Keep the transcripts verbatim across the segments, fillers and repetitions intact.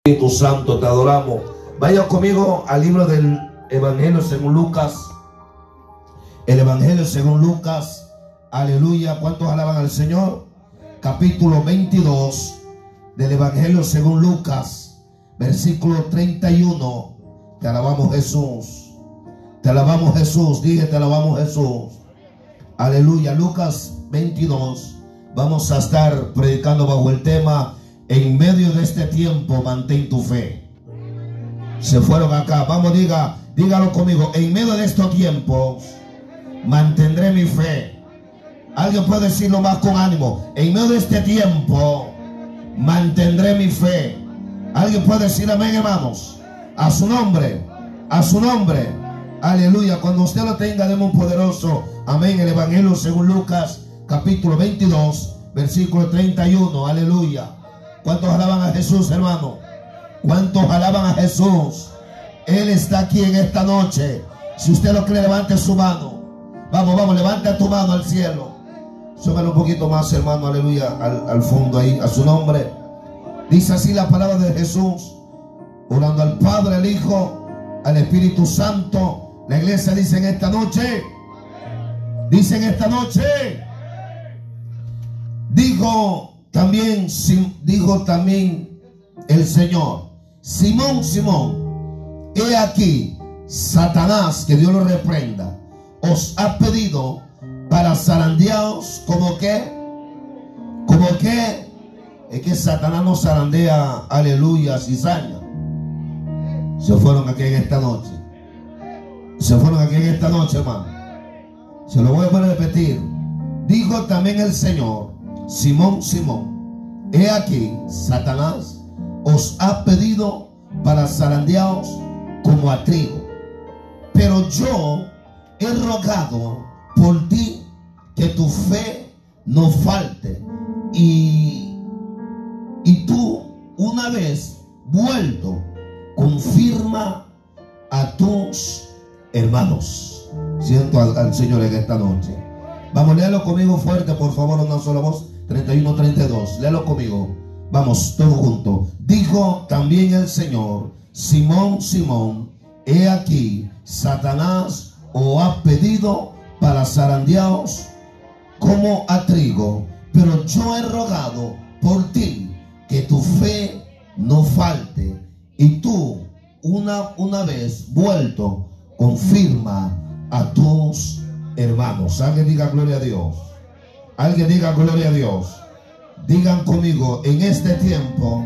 Espíritu Santo, te adoramos. Vaya conmigo al libro del Evangelio según Lucas. El Evangelio según Lucas. Aleluya. ¿Cuántos alaban al Señor? Capítulo veintidós del Evangelio según Lucas, versículo treinta y uno. Te alabamos, Jesús. Te alabamos, Jesús. Dije, te alabamos, Jesús. Aleluya. Lucas veintidós. Vamos a estar predicando bajo el tema: en medio de este tiempo, mantén tu fe. Se fueron acá. Vamos, diga, dígalo conmigo. En medio de estos tiempos, mantendré mi fe. Alguien puede decirlo más con ánimo. En medio de este tiempo, mantendré mi fe. Alguien puede decir amén, hermanos. A su nombre, a su nombre. Aleluya. Cuando usted lo tenga, demos un poderoso amén. El Evangelio según Lucas, capítulo veintidós, versículo treinta y uno. Aleluya. ¿Cuántos alaban a Jesús, hermano? ¿Cuántos alaban a Jesús? Él está aquí en esta noche. Si usted lo cree, levante su mano. Vamos, vamos, levante tu mano al cielo. Súbelo un poquito más, hermano, aleluya, al, al fondo ahí, a su nombre. Dice así la palabra de Jesús, orando al Padre, al Hijo, al Espíritu Santo. La iglesia dice en esta noche, dice en esta noche, dijo también, dijo también el Señor: Simón, Simón, he aquí, Satanás, que Dios lo reprenda, os ha pedido para zarandearos como que, como que, es que Satanás no zarandea, aleluya, cizaña. Se fueron aquí en esta noche. Se fueron aquí en esta noche, hermano. Se lo voy a repetir. Dijo también el Señor: Simón, Simón, he aquí, Satanás os ha pedido para zarandearos como a trigo, pero yo he rogado por ti que tu fe no falte, y, y tú, una vez vuelto, confirma a tus hermanos. Siento al, al Señor en esta noche. Vamos, léalo conmigo fuerte, por favor, una sola voz. treinta y uno, treinta y dos. Léalo conmigo. Vamos, todos juntos. Dijo también el Señor: Simón, Simón, he aquí, Satanás os ha pedido para zarandearos como a trigo, pero yo he rogado por ti que tu fe no falte, y tú, una, una vez vuelto, confirma a tus hermanos. Alguien diga gloria a Dios. Alguien diga gloria a Dios. Digan conmigo: en este tiempo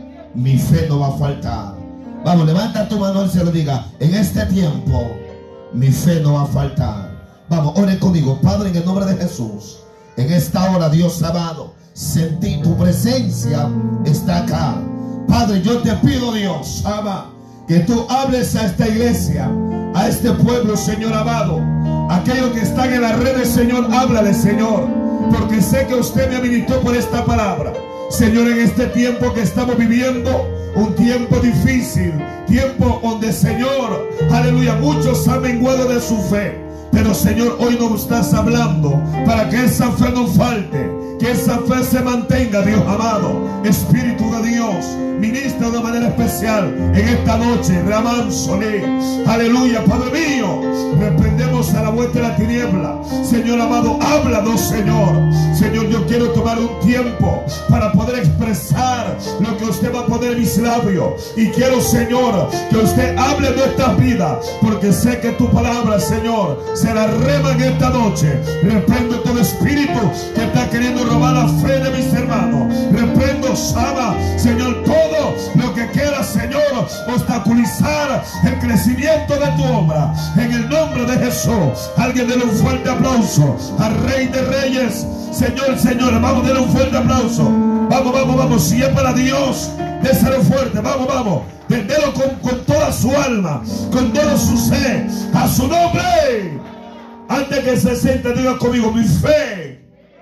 mi fe no va a faltar. Vamos, levanta tu mano y se lo diga: en este tiempo mi fe no va a faltar. Vamos, ore conmigo. Padre, en el nombre de Jesús, en esta hora, Dios amado, sentí tu presencia está acá. Padre, yo te pido, Dios, ama, que tú hables a esta iglesia, a este pueblo, Señor amado. Aquellos que están en las redes, Señor, háblale, Señor, porque sé que usted me habilitó por esta palabra. Señor, en este tiempo que estamos viviendo, un tiempo difícil, tiempo donde, Señor, aleluya, muchos han menguado de su fe. Pero, Señor, hoy nos estás hablando para que esa fe no falte, que esa fe se mantenga, Dios amado. Espíritu de Dios, ministra de manera especial en esta noche. Ramansole, aleluya, Padre mío, reprendemos a la vuelta de la tiniebla. Señor amado, háblanos, Señor. Señor, yo quiero tomar un tiempo para poder expresar lo que usted va a poner en mis labios. Y quiero, Señor, que usted hable de nuestras vidas, porque sé que tu palabra, Señor, será rema en esta noche. Reprendo todo espíritu que está queriendo robar la fe de mis hermanos. Reprendo, Sama, Señor, todo lo que quiera, Señor, obstaculizar el crecimiento de tu obra. En el nombre de Jesús, alguien déle un fuerte aplauso al Rey de Reyes. Señor, Señor, vamos, déle un fuerte aplauso. Vamos, vamos, vamos. Si es para Dios, déselo fuerte. Vamos, vamos. Délo con, con toda su alma, con todo su ser, a su nombre. Antes que se siente, diga conmigo: mi fe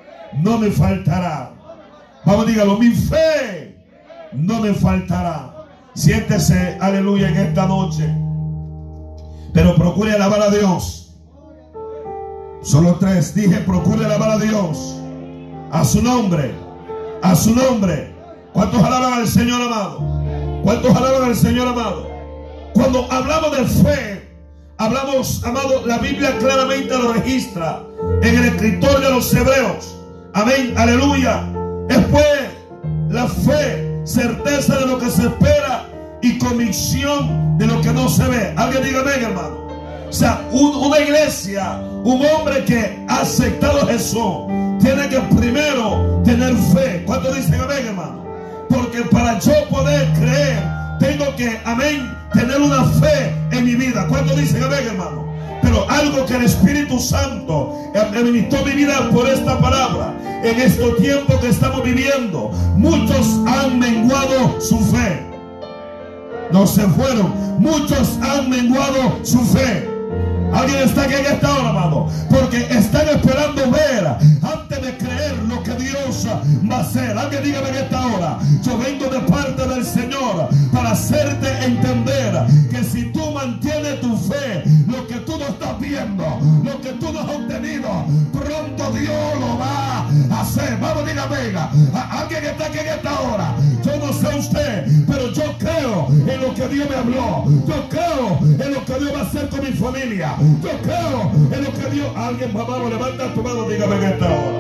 no me faltará. Vamos, dígalo: mi fe no me faltará. Siéntese, aleluya, en esta noche, pero procure alabar a Dios. Solo tres. Dije: procure alabar a Dios, a su nombre, a su nombre. ¿Cuántos alaban al Señor amado? ¿Cuántos alaban al Señor, amado? Cuando hablamos de fe, hablamos, amado, la Biblia claramente lo registra en el escritor de los Hebreos. Amén, aleluya. Es pues la fe, certeza de lo que se espera y convicción de lo que no se ve. Alguien diga amén, hermano. O sea, un, una iglesia, un hombre que ha aceptado a Jesús, tiene que primero tener fe. ¿Cuántos dicen amén, hermano? Porque para yo poder creer, tengo que, amén, tener una fe en mi vida. ¿Cuántos dicen amén, hermano? Pero algo que el Espíritu Santo administró mi vida por esta palabra. En estos tiempos que estamos viviendo, muchos han menguado su fe. No se fueron. Muchos han menguado su fe. Alguien está aquí en esta hora, amado, porque están esperando ver antes de creer lo que Dios va a hacer. Alguien dígame en esta hora: yo vengo de parte del Señor para hacerte entender que si tú mantienes tu fe, lo que tú no estás viendo, lo que tú no has obtenido, pronto Dios lo va a hacer. Vamos, dígame, alguien que está aquí en esta hora. Yo no sé usted, pero yo creo en lo que Dios me habló. Yo creo en lo que Dios va a hacer con mi familia. Yo creo en lo que Dios. Alguien, vamos, levanta tu mano, dígame en esta hora.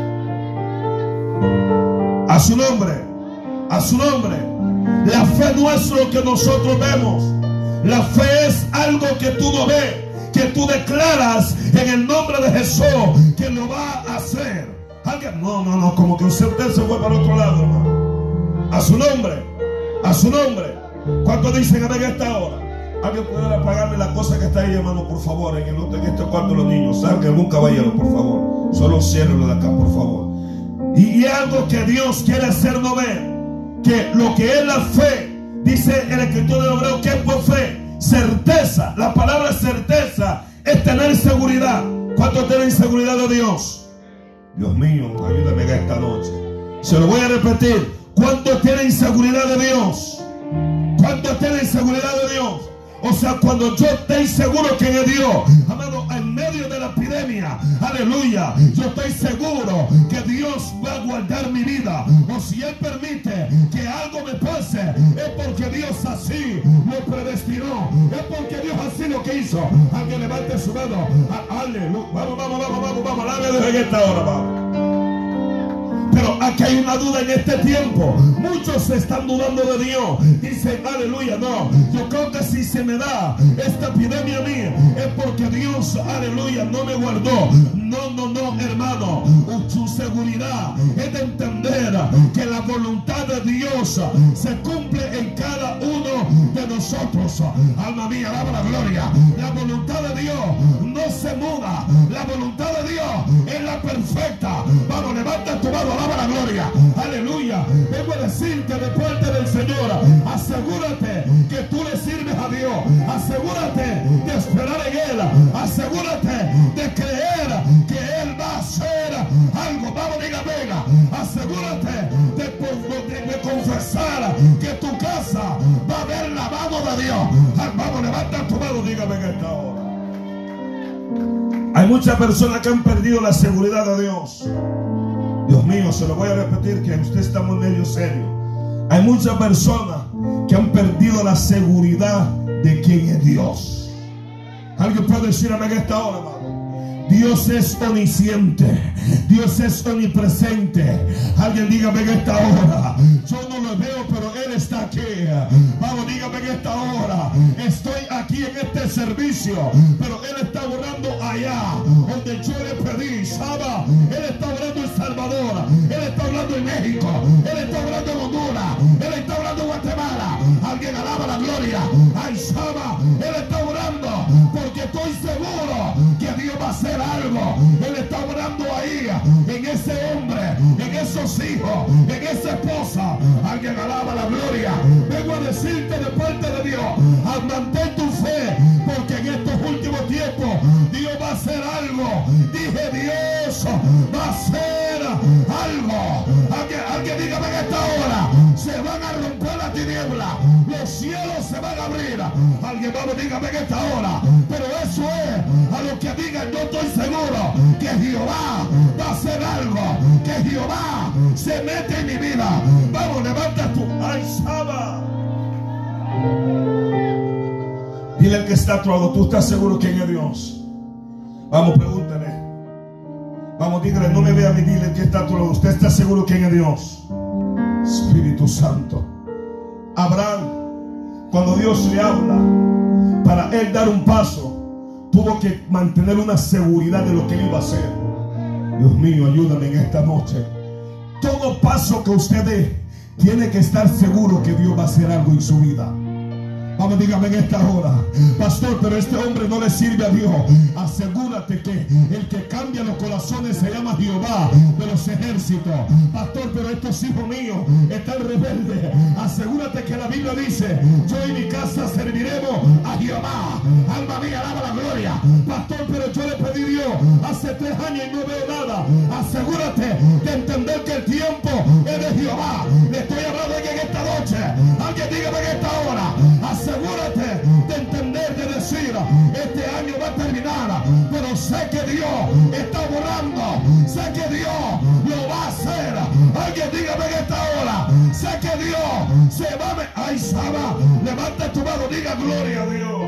A su nombre, a su nombre. La fe no es lo que nosotros vemos. La fe es algo que tú no ves, que tú declaras en el nombre de Jesús que lo va a hacer. Alguien, no, no, no, como que usted se fue para otro lado, hermano. A su nombre, a su nombre. ¿Cuántos dicen amén en esta hora? Alguien puede apagarme la cosa que está ahí, hermano, por favor. En, el, en este cuarto los niños, salgan algún caballero, por favor. Solo ciérrenlo de acá, por favor. Y, y algo que Dios quiere hacernos ver, que lo que es la fe, dice el escritor de Hebreo, que es por fe, certeza. La palabra certeza es tener seguridad. ¿Cuántos tienen seguridad de Dios? Dios mío, ayúdame en esta noche. Se lo voy a repetir. ¿Cuántos tienen seguridad de Dios? ¿Cuántos tienen seguridad de Dios? O sea, cuando yo estoy seguro que es Dios, amado, en medio de la epidemia, aleluya, yo estoy seguro que Dios va a guardar mi vida. O si Él permite que algo me pase, es porque Dios así lo predestinó. Es porque Dios así lo quiso. Alguien levante su mano. Aleluya. Vamos, vamos, vamos, vamos, vamos. Dale desde esta hora, vamos. Pero aquí hay una duda en este tiempo. Muchos están dudando de Dios. Dicen, aleluya, no. Yo creo que si se me da esta epidemia a mí, es porque Dios, aleluya, no me guardó. No, no, no, hermano. Su seguridad es de entender que la voluntad de Dios se cumple en cada uno de nosotros. Alma mía, alaba la gloria. La voluntad de Dios no se muda. La voluntad de Dios es la perfecta. Vamos, levanta tu mano, alaba la gloria. Aleluya. Vengo a decirte de parte del Señor, asegúrate que tú le sirves a Dios. Asegúrate de esperar en Él. Asegúrate de creer que Él va a hacer algo. Vamos, diga, venga. Asegúrate de, de, de confesar que tu casa va a ver la mano de Dios. Vamos, levanta tu mano, dígame en esta hora. Hay muchas personas que han perdido la seguridad de Dios. Dios mío, se lo voy a repetir, que usted está muy medio serio. Hay muchas personas que han perdido la seguridad de quién es Dios. ¿Alguien puede decir amén en esta hora, amado? Dios es omnisciente. Dios es omnipresente. Alguien dígame en esta hora. Yo no lo veo, pero Él está aquí. Vamos, dígame en esta hora. Estoy aquí en este servicio, pero Él está orando allá donde yo le pedí. Saba, Él está orando en Salvador. Él está orando en México. Él está orando en Honduras. Él está orando en Guatemala. Alguien alaba la gloria. Ay, Saba, Él está orando porque estoy seguro que Dios va a hacer algo. Él está orando ahí, en ese hombre, en esos hijos, en esa esposa. Alguien alaba la gloria. Vengo a decirte de parte de Dios, mantén tu fe, porque en estos últimos tiempos Dios va a hacer algo. Dije, Dios va a hacer algo. Alguien, alguien dígame en esta hora, se van a romper las tinieblas, los cielos se van a abrir. Alguien, vamos, dígame en esta hora. Pero eso es a lo que digan, yo estoy seguro que Jehová va a hacer algo, que Jehová se mete en mi vida. Vamos, levanta tu. Ay, Saba. que está a tu lado, ¿tú estás seguro quién es Dios? Vamos, pregúntale. Vamos, dígale, no me vea a mí, dile que está a tu lado. ¿Usted está seguro quién es Dios? Espíritu Santo. Abraham, cuando Dios le habla, para él dar un paso, tuvo que mantener una seguridad de lo que él iba a hacer. Dios mío, ayúdame en esta noche. Todo paso que usted dé, tiene que estar seguro que Dios va a hacer algo en su vida. Vamos, dígame en esta hora, pastor, pero este hombre no le sirve a Dios. Asegúrate que el que cambia los corazones se llama Jehová de los ejércitos. Pastor, pero estos hijos míos están rebeldes. Asegúrate que la Biblia dice: yo y mi casa serviremos a Jehová. Alma mía, alaba la gloria. Pastor, pero yo le pedí a Dios hace tres años y no veo nada. Asegúrate de entender que el tiempo es de Jehová. Le estoy hablando de que en esta noche, alguien dígame en esta hora, asegúrate de entender, de decir: este año va a terminar, pero sé que Dios está obrando, sé que Dios lo va a hacer. Alguien dígame en esta hora, sé que Dios se va a... Me... Ay, Saba, levanta tu mano, diga gloria a Dios.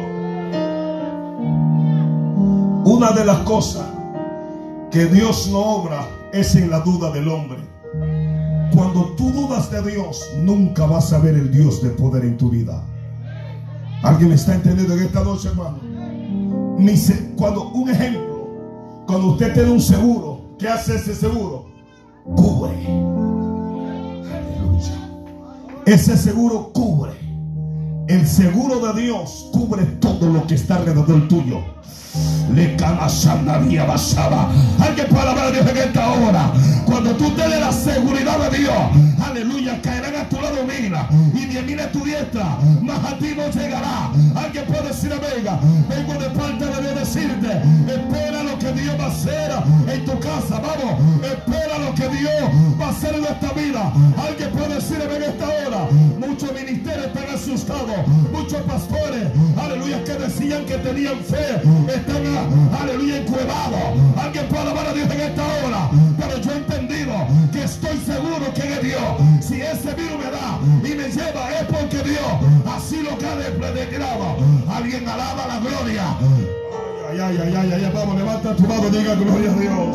Una de las cosas que Dios no obra es en la duda del hombre. Cuando tú dudas de Dios, nunca vas a ver el Dios de poder en tu vida. ¿Alguien me está entendiendo en esta noche, hermano? Cuando, un ejemplo, cuando usted tiene un seguro, ¿qué hace ese seguro? Cubre. Aleluya. Ese seguro cubre. El seguro de Dios cubre todo lo que está alrededor tuyo. Le camasanaría basaba. Alguien puede hablar a Dios en esta hora. Cuando tú tienes la seguridad de Dios, aleluya, caerán a tu lado mil y diez mil a tu diestra, mas a ti no llegará. Alguien puede decir amén. Vengo de parte de Dios decirte: espera lo que Dios va a hacer en tu casa. Vamos, espera lo que Dios va a hacer en esta vida. Alguien puede decir amén en esta hora. Muchos ministerios están asustados, muchos pastores, aleluya, que decían que tenían fe, están, aleluya, encuevados. Alguien puede alabar a Dios en esta hora. Pero yo he entendido que estoy seguro que es Dios. Si ese virus me da y me lleva, es porque Dios así lo que ha declarado. Alguien alaba la gloria. Ay, ay, ay, ay, ay, ay, vamos, levanta tu mano, diga gloria a Dios.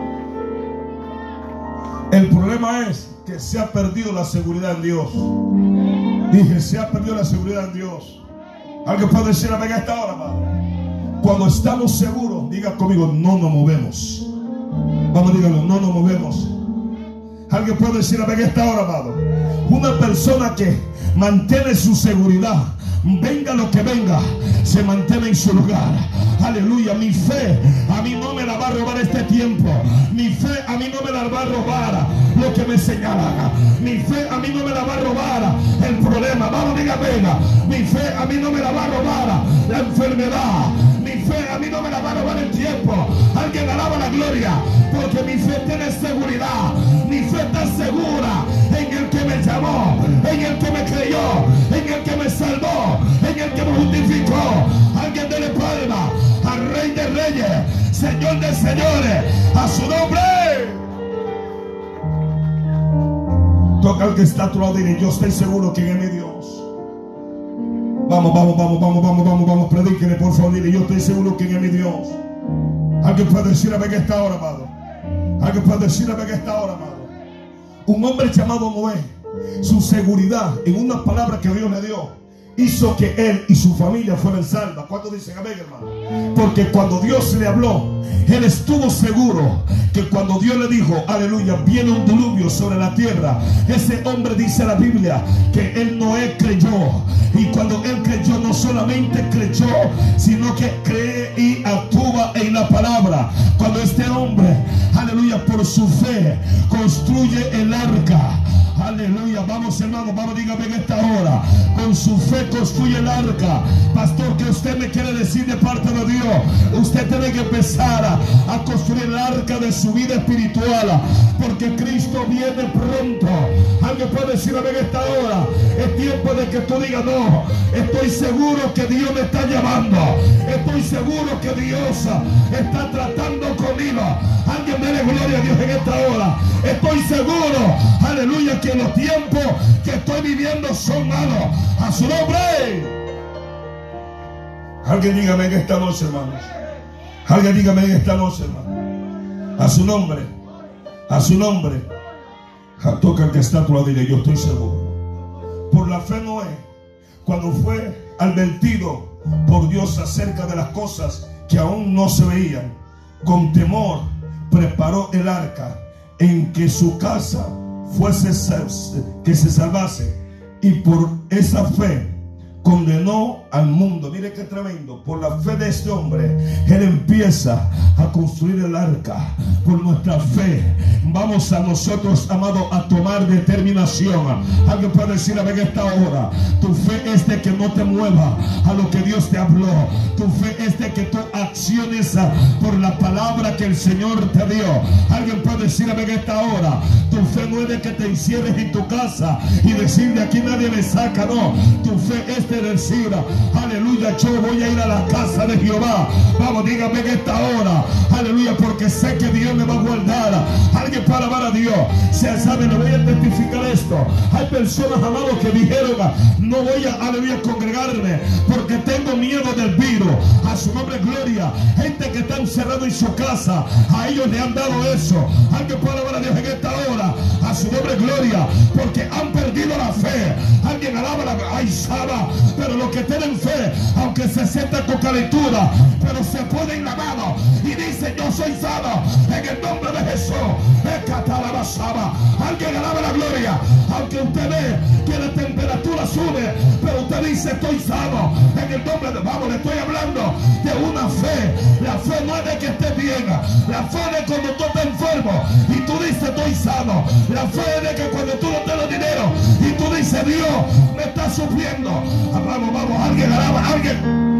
El problema es que se ha perdido la seguridad en Dios. Dije, se ha perdido la seguridad en Dios. Alguien puede decir amén a esta hora, padre. Cuando estamos seguros, diga conmigo, no nos movemos. Vamos, dígalo, no nos movemos. Alguien puede decir amén a esta hora, amado. Una persona que mantiene su seguridad, venga lo que venga, se mantiene en su lugar. Aleluya, mi fe a mí no me la va a robar este tiempo. Mi fe a mí no me la va a robar lo que me señala. Mi fe a mí no me la va a robar el problema. Vamos, diga, venga. Mi fe a mí no me la va a robar la enfermedad. Mi fe a mí no me la va a robar el tiempo. Alguien alaba la gloria, porque mi fe tiene seguridad. Mi fe está segura en el que me llamó, en el que me creyó, en el que me salvó, en el que me justificó. Alguien dele palma al Rey de Reyes, Señor de Señores, a su nombre. Toca al que está a tu lado y dile: yo estoy seguro que es mi Dios. Vamos, vamos, vamos, vamos, vamos, vamos, vamos, predíquele, por favor, dile: yo estoy seguro que es mi Dios. Alguien puede decir amén que está ahora, amado. Alguien puede decir amén que está ahora, amado. Un hombre llamado Noé, su seguridad en una palabra que Dios le dio, hizo que él y su familia fueran salvas. ¿Cuántos dicen amén, hermano? Porque cuando Dios le habló, él estuvo seguro que cuando Dios le dijo, aleluya, viene un diluvio sobre la tierra, ese hombre, dice la Biblia, que él Noé creyó. Y cuando él creyó, no solamente creyó, sino que cree y actúa en la palabra. Cuando este hombre, aleluya, por su fe construye el arca, aleluya, vamos, hermano, vamos, dígame en esta hora, con su fe construye el arca. Pastor, ¿qué usted me quiere decir de parte de Dios? Usted tiene que empezar a, a construir el arca de su vida espiritual, porque Cristo viene pronto. Alguien puede decir en esta hora, es tiempo de que tú digas: no, estoy seguro que Dios me está llamando, estoy seguro que Dios está tratando conmigo. Alguien dele gloria a Dios en esta hora. Estoy seguro, aleluya, que los tiempos que estoy viviendo son malos. A su nombre. Alguien dígame en esta noche, hermanos. Alguien dígame en esta noche, hermano. A su nombre. A su nombre. Toca el que está a tu lado y dile, yo estoy seguro. Por la fe Noé, cuando fue advertido por Dios acerca de las cosas que aún no se veían, con temor preparó el arca en que su casa fuese que se salvase, y por esa fe condenó al mundo. Mire qué tremendo. Por la fe de este hombre, él empieza a construir el arca. Por nuestra fe vamos a nosotros, amados, a tomar determinación. Alguien puede decir a ver esta hora, tu fe es de que no te mueva a lo que Dios te habló. Tu fe es de que tú acciones por la palabra que el Señor te dio. Alguien puede decir a ver esta hora, tu fe no es de que te encierres en tu casa y decir, de aquí nadie me saca. No, tu fe es de decir, aleluya, yo voy a ir a la casa de Jehová. Vamos, dígame en esta hora, aleluya, porque sé que Dios me va a guardar. Alguien para alabar a Dios. Se sabe, le voy a identificar esto. Hay personas, amados, que dijeron, no voy a, aleluya, congregarme porque tengo miedo del virus. A su nombre, gloria. Gente que está encerrado en su casa, a ellos le han dado eso. Alguien para alabar a Dios en esta hora. A su nombre, gloria, porque han perdido la fe. Alguien alaba la ay, Saba. Pero los que tienen fe, aunque se sienta con calentura, pero se ponen la mano y dicen, yo soy sano en el nombre de Jesús. Alguien alaba la gloria, aunque usted ve que la temperatura sube, pero usted dice, estoy sano en el nombre de, vamos, le estoy hablando de una fe. La fe no es de que estés bien, la fe es de cuando tú estás enfermo y tú dices, estoy sano. La fe es de que cuando tú no tienes dinero y tú dices, Dios me está supliendo. Vamos, vamos, alguien alaba, alguien.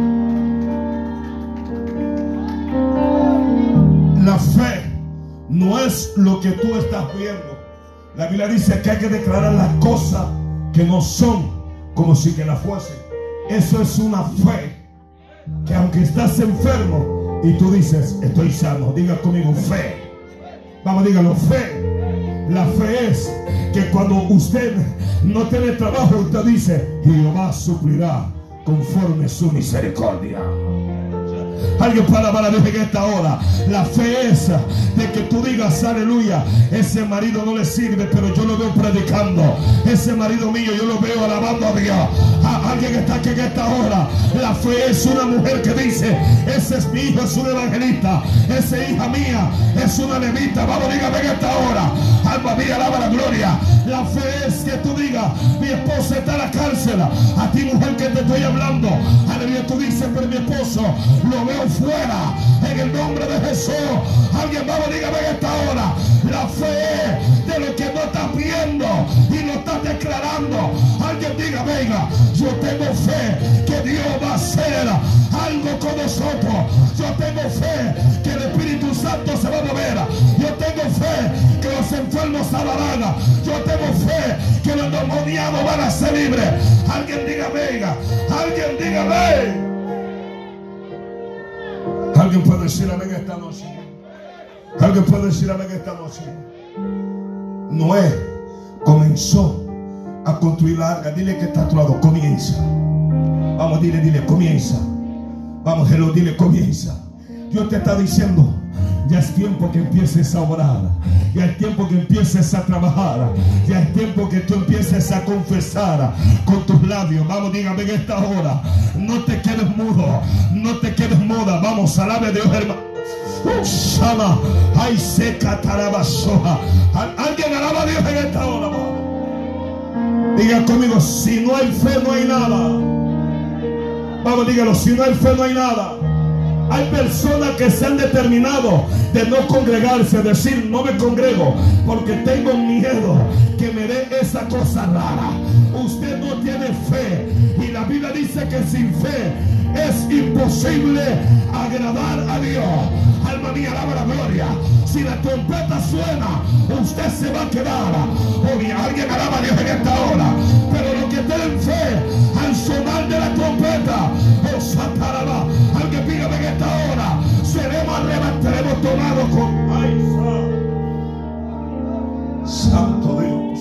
La fe no es lo que tú estás viendo. La Biblia dice que hay que declarar las cosas que no son como si que las fuesen. Eso es una fe que aunque estás enfermo y tú dices, estoy sano, diga conmigo, fe. Vamos, dígalo, fe. La fe es que cuando usted no tiene trabajo, usted dice, Jehová suplirá conforme su misericordia. Alguien para alabar a Dios en esta hora. La fe es de que tú digas, aleluya, ese marido no le sirve, pero yo lo veo predicando. Ese marido mío yo lo veo alabando a Dios. A alguien está aquí en esta hora. La fe es una mujer que dice, ese es mi hijo, es un evangelista. Esa hija mía es una levita. Vamos, dígame en esta hora. Alma mía, alaba la gloria. La fe es que tú digas, mi esposa está en la cárcel. A ti, mujer, que te estoy hablando, aleluya, tú dices, pero mi esposo lo veo fuera en el nombre de Jesús. Alguien, vamos, dígame en esta hora. La fe de lo que no estás viendo y lo estás declarando. Alguien diga, venga, yo tengo fe que Dios va a hacer algo con nosotros. Yo tengo fe que el Espíritu Santo se va a mover. Yo tengo fe que los enfermos hablarán. Yo tengo fe que los endemoniados van a ser libres. Alguien diga, venga. Alguien diga, ven. Alguien puede decir amén esta noche. Alguien puede decir amén esta noche. Noé comenzó a construir la arca. Dile que está a tu lado, comienza. Vamos, dile, dile, comienza. Vamos, hello, dile, comienza. Dios te está diciendo, ya es tiempo que empieces a orar. Ya es tiempo que empieces a trabajar. Ya es tiempo que tú empieces a confesar con tus labios. Vamos, dígame en esta hora. No te quedes mudo. No te quedes muda. Vamos, alabe a Dios, hermano. Shama. Ay, seca tarabasoja. Alguien alaba a Dios en esta hora. Vamos. Diga conmigo, si no hay fe, no hay nada. Vamos, dígalo, si no hay fe, no hay nada. Hay personas que se han determinado de no congregarse, decir, no me congrego porque tengo miedo que me dé esa cosa rara. Usted no tiene fe y la Biblia dice que sin fe es imposible agradar a Dios. Alma mía, alaba la gloria. Si la trompeta suena, usted se va a quedar. Oye, alguien alaba a Dios en esta hora. Pero los que tienen fe al sonar de la trompeta, oh sataraba, alguien dígame en esta hora, seremos arrebatados, seremos tomados con ay, santo Dios.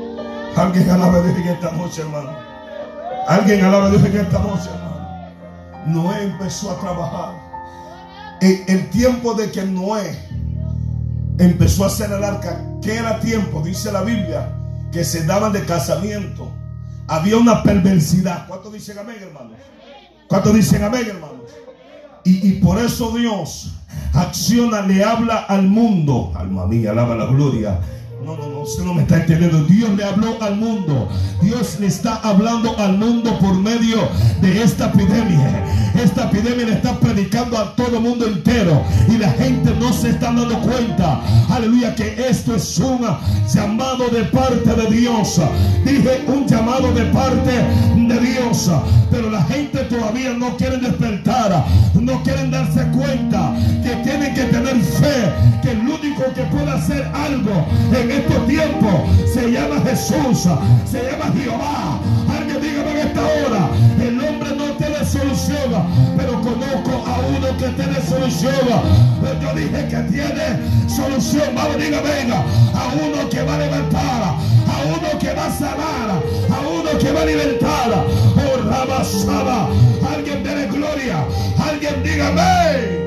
Alguien alaba a Dios en esta noche, hermano. Alguien alaba a Dios en esta noche, hermano. Noé empezó a trabajar. En el tiempo de que Noé empezó a hacer el arca, que era tiempo, dice la Biblia, que se daban de casamiento. Había una perversidad. ¿Cuántos dicen amén, hermanos? ¿Cuántos dicen amén, hermanos? Y, y por eso Dios acciona, le habla al mundo. Alma mía, alaba la gloria. No, no, no, usted no me está entendiendo. Dios le habló al mundo. Dios le está hablando al mundo por medio de esta epidemia. Esta epidemia le está predicando a todo el mundo entero. Y la gente no se está dando cuenta. Aleluya, que esto es un llamado de parte de Dios. Dije un llamado de parte de Dios. Pero la gente todavía no quiere despertar. No quieren darse cuenta que tienen que tener fe. Que el único que puede hacer algo en estos tiempos se llama Jesús, se llama Jehová. Alguien dígame en esta hora: el hombre no tiene solución, pero conozco a uno que tiene solución. Yo dije que tiene solución. Vamos, diga, venga, a uno que va a levantar, a uno que va a sanar, a uno que va a libertar. Oh, Rabasaba. Alguien dele gloria, alguien dígame.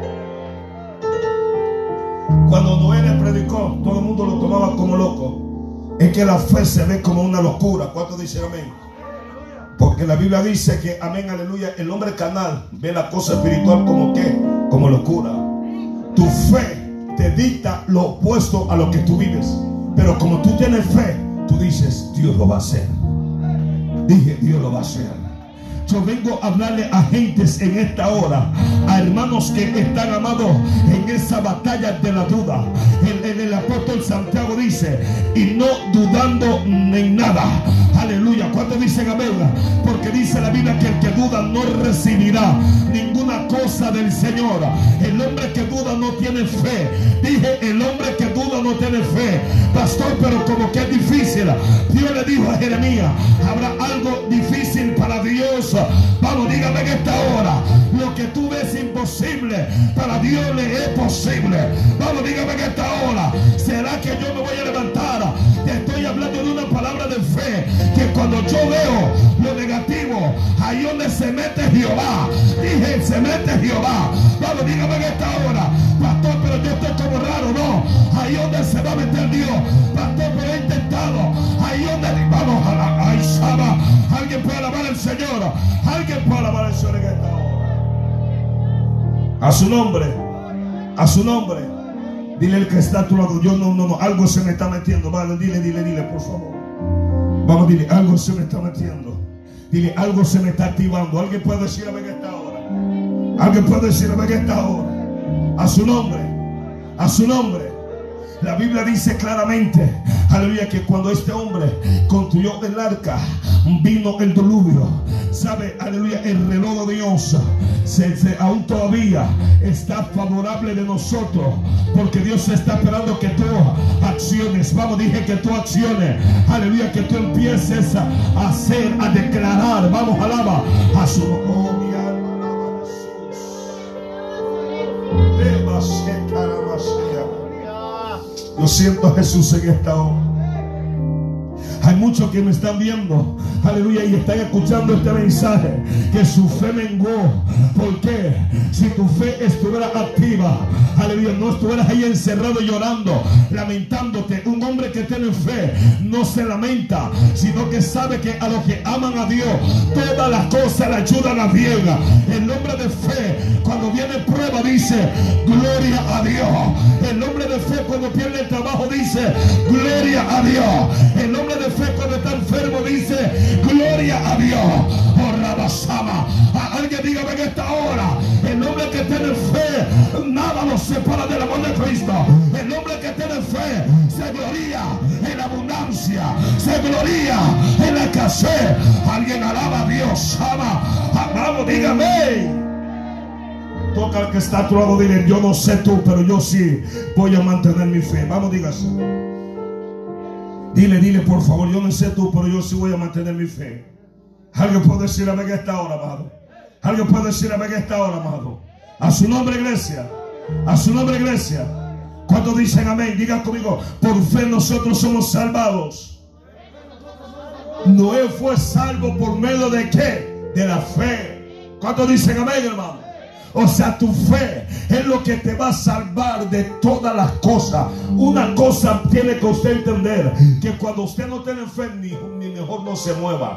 Cuando Noé le predicó, todo el mundo lo tomaba como loco. Es que la fe se ve como una locura. ¿Cuántos dicen amén? Porque la Biblia dice que, amén, aleluya, el hombre carnal ve la cosa espiritual como ¿qué? Como locura. Tu fe te dicta lo opuesto a lo que tú vives. Pero como tú tienes fe, tú dices, Dios lo va a hacer. Dije, Dios lo va a hacer. Yo vengo a hablarle a gentes en esta hora, a hermanos que están, amados, en esa batalla de la duda. El, el, el apóstol Santiago dice, y no dudando en nada. Aleluya. ¿Cuántos dicen amén? Porque dice la Biblia que el que duda no recibirá ninguna cosa del Señor. El hombre que duda no tiene fe. Dije, el hombre que duda no tiene fe. Pastor, pero como que es difícil. Dios le dijo a Jeremías, habrá algo difícil para Dios. Vamos, dígame en esta hora, lo que tú ves imposible, para Dios le es posible. Vamos, dígame en esta hora, ¿será que yo me voy a levantar? Te estoy hablando de una palabra de fe, que cuando yo veo lo negativo, ahí donde se mete Jehová. Dije, se mete Jehová. Vamos, dígame en esta hora, pastor, pero yo estoy como raro. No, ahí donde se va a meter Dios. Pastor, pero he intentado. Ahí donde, vamos a la, ahí Saba. Alguien puede alabar al Señor. Alguien puede alabar al Señor en esta hora. A su nombre, a su nombre. Dile el que está a tu lado, yo no, no, no, algo se me está metiendo. Vale, dile, dile, dile, por favor. Vamos, dile, algo se me está metiendo. Dile, algo se me está activando. Alguien puede decirme en esta hora. Alguien puede decirme en esta hora. A su nombre, a su nombre. La Biblia dice claramente, aleluya, que cuando este hombre construyó el arca, vino el diluvio. Sabe, aleluya, el reloj de Dios se, se, aún todavía está favorable de nosotros, porque Dios está esperando que tú acciones. Vamos, dije que tú acciones. Aleluya, que tú empieces a hacer, a declarar. Vamos, alaba a su oh, mi alma alaba a Jesús. Deba ser carabasea. Yo siento a Jesús en esta hora. Hay muchos que me están viendo, aleluya, y están escuchando este mensaje, que su fe menguó. ¿Por qué? Si tu fe estuviera activa, aleluya, no estuvieras ahí encerrado llorando, lamentándote. Un hombre que tiene fe no se lamenta, sino que sabe que a los que aman a Dios, todas las cosas le ayudan a bien. El hombre de fe, cuando viene prueba, dice, gloria a Dios. El hombre de fe, cuando pierde el trabajo, dice, gloria a Dios. El hombre de fe, cuando está enfermo, dice, gloria a Dios. Oh, Rabasama. Alguien dígame en esta hora, el hombre que tiene fe, nada lo separa del amor de Cristo. El hombre que tiene fe se gloria en la abundancia, se gloria en la escasez. Alguien alaba a Dios, ama. Vamos, dígame. Toca al que está a tu lado, dile, yo no sé tú, pero yo sí voy a mantener mi fe. Vamos, dígase. Dile, dile, por favor, yo no sé tú, pero yo sí voy a mantener mi fe. Alguien puede decir amén en esta hora, amado. Alguien puede decir amén en esta hora, amado. A su nombre, iglesia. A su nombre, iglesia. ¿Cuántos dicen amén? Digan conmigo, por fe nosotros somos salvados. Noé fue salvo por medio de ¿qué? De la fe. ¿Cuántos dicen amén, hermano? O sea, tu fe es lo que te va a salvar de todas las cosas. Una cosa tiene que usted entender, que cuando usted no tiene fe, ni, ni mejor no se mueva.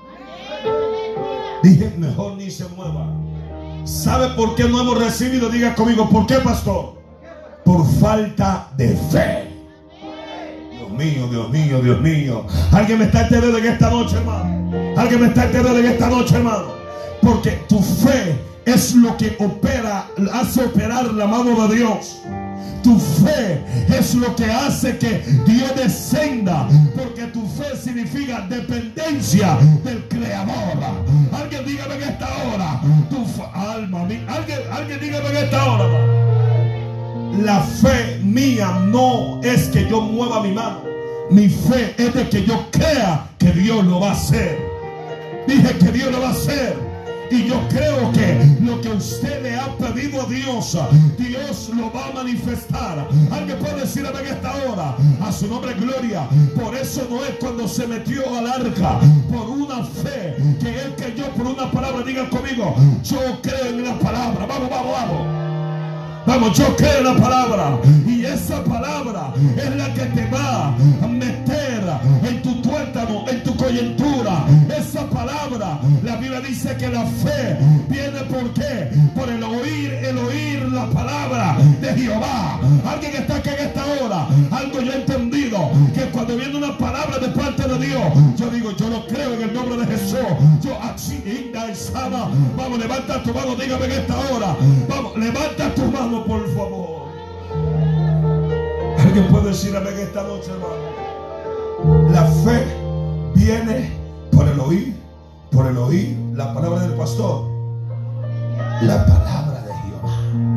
Dije, mejor ni se mueva. ¿Sabe por qué no hemos recibido? Diga conmigo, ¿por qué, pastor? Por falta de fe. Dios mío, Dios mío, Dios mío. ¿Alguien me está entendiendo en esta noche, hermano? ¿Alguien me está entendiendo en esta noche, hermano? Porque tu fe es lo que opera, hace operar la mano de Dios. Tu fe es lo que hace que Dios descienda, porque tu fe significa dependencia del Creador. Alguien dígame en esta hora, tu fe, alma mía, alguien, alguien dígame en esta hora. La fe mía no es que yo mueva mi mano. Mi fe es de que yo crea que Dios lo va a hacer. Dije que Dios lo va a hacer. Y yo creo que lo que usted le ha pedido a Dios, Dios lo va a manifestar. Alguien puede decir en esta hora, a su nombre gloria. Por eso Noé, cuando se metió al arca, por una fe que él creyó, por una palabra, digan conmigo, yo creo en la palabra. Vamos, vamos, vamos. Vamos, yo creo en la palabra. Y esa palabra es la que te va a meter en tu tuétano, en tu coyuntura. Esa palabra, la Biblia dice que la fe viene ¿por qué? Por el oír, el oír la palabra de Jehová. Alguien está aquí en esta hora. Algo yo he entendido, que cuando viene una palabra de parte de Dios, yo digo, yo lo creo en el nombre de Jesús. Yo así, vamos, levanta tu mano, dígame en esta hora. Vamos, levanta tu mano, por favor. Alguien puede decir amén esta noche, hermano. La fe viene por el oír, por el oír la palabra del pastor, la palabra de Jehová.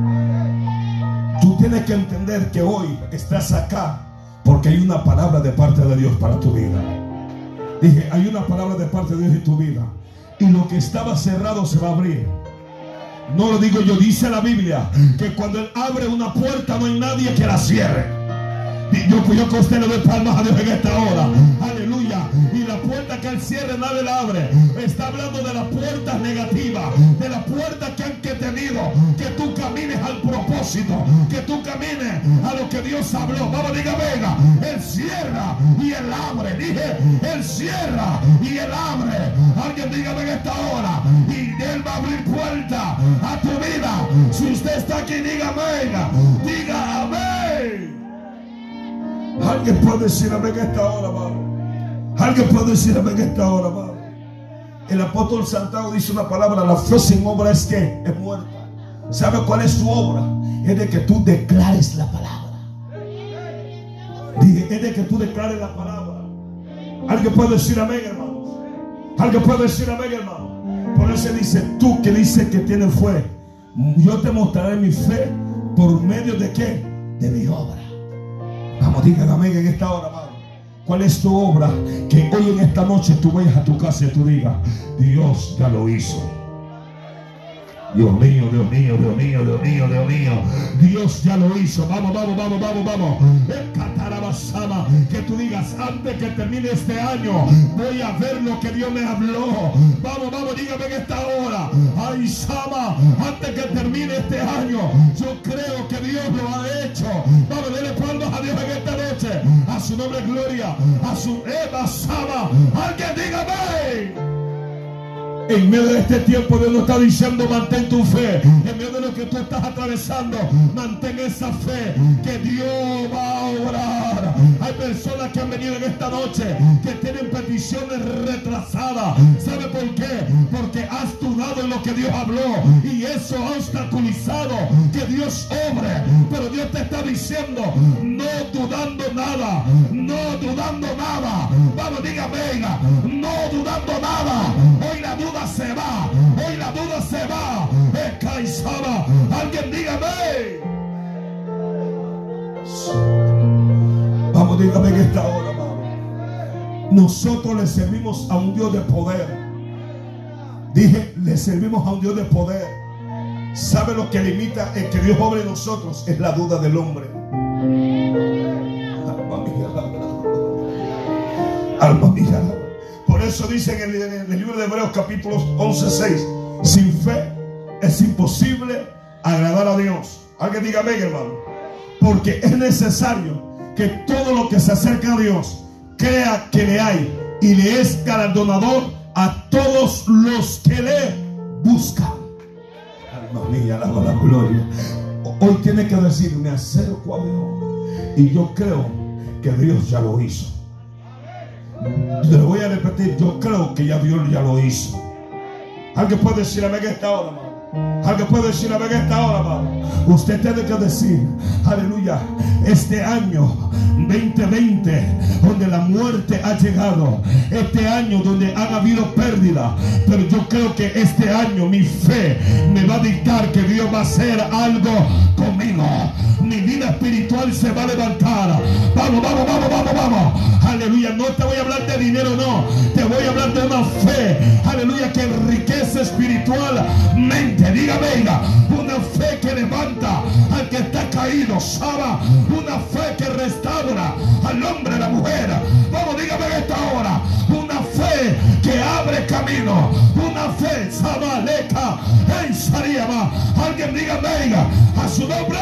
Tú tienes que entender que hoy estás acá porque hay una palabra de parte de Dios para tu vida. Dije, hay una palabra de parte de Dios en tu vida, y lo que estaba cerrado se va a abrir. No lo digo yo, dice la Biblia que cuando Él abre una puerta no hay nadie que la cierre. Y yo, yo que usted le doy palmas a Dios en esta hora. Aleluya. Y la puerta que Él cierre nadie la abre. Está hablando de las puertas negativas, de las puertas que han detenido que tú camines al propósito, que tú camines a lo que Dios habló. Vamos, diga, venga. Él cierra y Él abre. Dije, Él cierra y Él abre. Alguien dígame en esta hora. Y Él va a abrir puertas a tu vida. Si usted está aquí, diga amén. Diga amén. Alguien puede decir amén en esta hora, amado. Alguien puede decir amén en esta hora, amado. El apóstol Santiago dice una palabra: la fe sin obra es que es muerta. ¿Sabe cuál es su obra? Es de que tú declares la palabra. Dije, es de que tú declares la palabra. Alguien puede decir amén, hermano. Alguien puede decir amén, hermano. Por eso dice, tú que dices que tienes fe, yo te mostraré mi fe por medio de qué, de mi obra. Vamos, digan amén en esta hora, amado. ¿Cuál es tu obra? Que hoy en esta noche tú vayas a tu casa y tú digas, Dios ya lo hizo. Dios mío, Dios mío, Dios mío, Dios mío, Dios mío. Dios ya lo hizo. Vamos, vamos, vamos, vamos, vamos. Que tú digas, antes que termine este año, voy a ver lo que Dios me habló. Vamos, vamos, dígame en esta hora. Ay, Sama, antes que termine este año, yo creo que Dios lo ha hecho. Vamos, denle palmas a Dios en esta noche. A su nombre gloria. A su Eva Sama. Alguien dígame. En medio de este tiempo Dios nos está diciendo, mantén tu fe. En medio de lo que tú estás atravesando, mantén esa fe, que Dios va a obrar. Hay personas que han venido en esta noche que tienen peticiones retrasadas. ¿Sabe por qué? Porque has dudado en lo que Dios habló, y eso ha obstaculizado que Dios obre. Pero Dios te está diciendo, no dudando nada, no dudando nada. Vamos, diga, venga, no dudando nada. Hoy la duda se va, hoy la duda se va. Escaizaba. Alguien dígame. Vamos, dígame en esta hora, amado. Nosotros le servimos a un Dios de poder. Dije, le servimos a un Dios de poder. ¿Sabe lo que limita el que Dios obre en nosotros? Es la duda del hombre. Alma mía, alma mía. Por eso dice en el, en el libro de Hebreos capítulo once, seis, Sin fe es imposible agradar a Dios. Alguien diga amén, hermano. Porque es necesario que todo lo que se acerca a Dios crea que le hay y le es galardonador a todos los que le buscan. Alma mía, alaba la gloria. Hoy tiene que decir: me acerco a Dios y yo creo que Dios ya lo hizo. Le voy a repetir: yo creo que ya Dios ya lo hizo. Alguien puede decir amén esta hora, hermano. Alguien puede decir amén esta hora, hermano. Usted tiene que decir: aleluya, este año veinte veinte, donde la muerte ha llegado, este año donde han habido pérdida, pero yo creo que este año mi fe me va a dictar que Dios va a hacer algo conmigo. Mi vida espiritual se va a levantar. Vamos, vamos, vamos, vamos, vamos. Aleluya, no te voy a hablar de dinero, no. Te voy a hablar de una fe, aleluya, que enriquece espiritualmente. Diga, venga, una fe que levanta al que está caído, Saba, una fe que restaura al hombre, a la mujer. Vamos, dígame en esta hora, una fe que abre camino, una fe, Saba, Leca, en Sariama. Alguien diga, venga, a su nombre.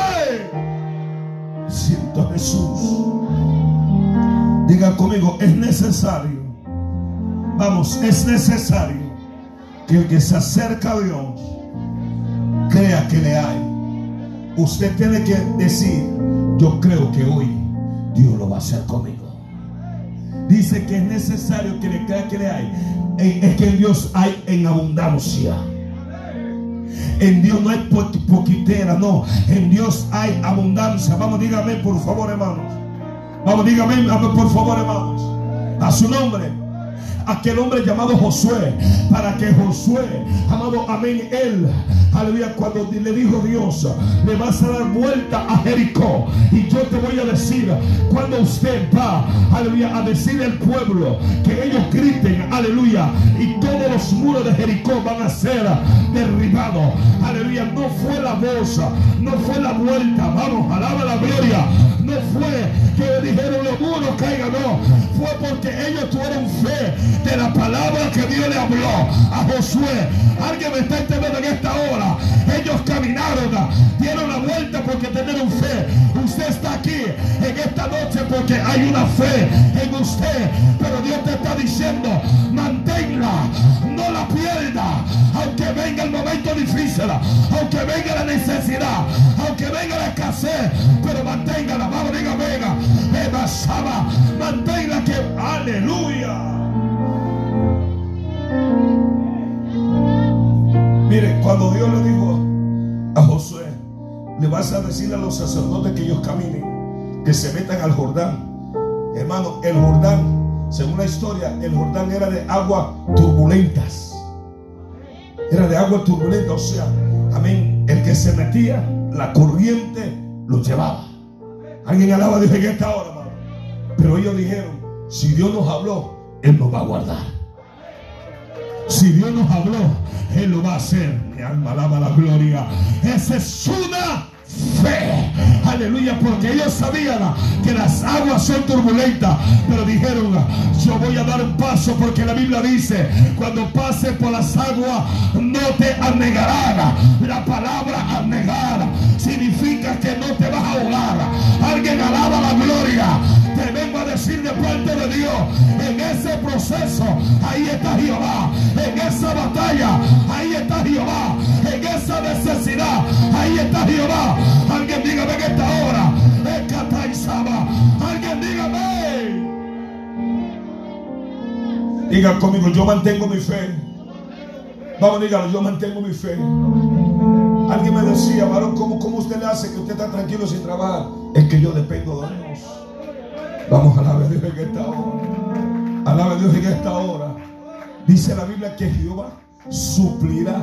Siento a Jesús. Diga conmigo: es necesario. Vamos, es necesario que el que se acerca a Dios crea que le hay. Usted tiene que decir: yo creo que hoy Dios lo va a hacer conmigo. Dice que es necesario que le crea que le hay. Es que en Dios hay en abundancia. En Dios no hay po poquitera, no. En Dios hay abundancia. Vamos, dígame por favor, hermanos. Vamos, dígame por favor, hermanos. A su nombre. Aquel hombre llamado Josué, para que Josué, amado, amén, él, aleluya, cuando le dijo Dios: le vas a dar vuelta a Jericó. Y yo te voy a decir, cuando usted va, aleluya, a decirle al pueblo que ellos griten, aleluya, y todos los muros de Jericó van a ser derribados, aleluya, no fue la voz, no fue la vuelta, vamos, alaba la gloria, no fue que dijeron los muros caigan, no, fue porque ellos tuvieron fe de la palabra que Dios le habló a Josué. Alguien me está entendiendo en esta hora. Ellos caminaron, dieron la vuelta porque tenían fe. Usted está aquí en esta noche porque hay una fe en usted, pero Dios te está diciendo: manténla, no la pierda, aunque venga el momento difícil, aunque venga la necesidad, aunque venga la escasez, pero manténgala. Vamos, diga, venga, Eva Saba, manténgla, que aleluya. Mire, cuando Dios le dijo a Josué: le vas a decirle a los sacerdotes que ellos caminen, que se metan al Jordán. Hermano, el Jordán, según la historia, el Jordán era de aguas turbulentas. Era de agua turbulenta, o sea, amén, el que se metía, la corriente lo llevaba. Alguien alaba a Dios en esta hora, hermano. Pero ellos dijeron: si Dios nos habló, Él nos va a guardar. Si Dios nos habló, Él lo va a hacer. Mi alma alaba la gloria. Esa es una fe. Aleluya, porque ellos sabían que las aguas son turbulentas, pero dijeron: yo voy a dar un paso, porque la Biblia dice: cuando pases por las aguas no te anegarán. La palabra anegar significa que no te vas a ahogar. Alguien alaba la gloria. Te vengo a decir de parte de Dios: en ese proceso, ahí está Jehová. En esa batalla, ahí está Jehová. En esa necesidad, ahí está Jehová. Alguien dígame en esta hora: Ecataizaba. Alguien dígame. Diga conmigo: yo mantengo mi fe. Vamos, dígalo: yo mantengo mi fe. Alguien me decía: varón, ¿cómo, ¿cómo usted le hace que usted está tranquilo sin trabajar? Es que yo dependo de Dios. Vamos, alabe a Dios en esta hora. Alabe a Dios en esta hora. Dice la Biblia que Jehová suplirá.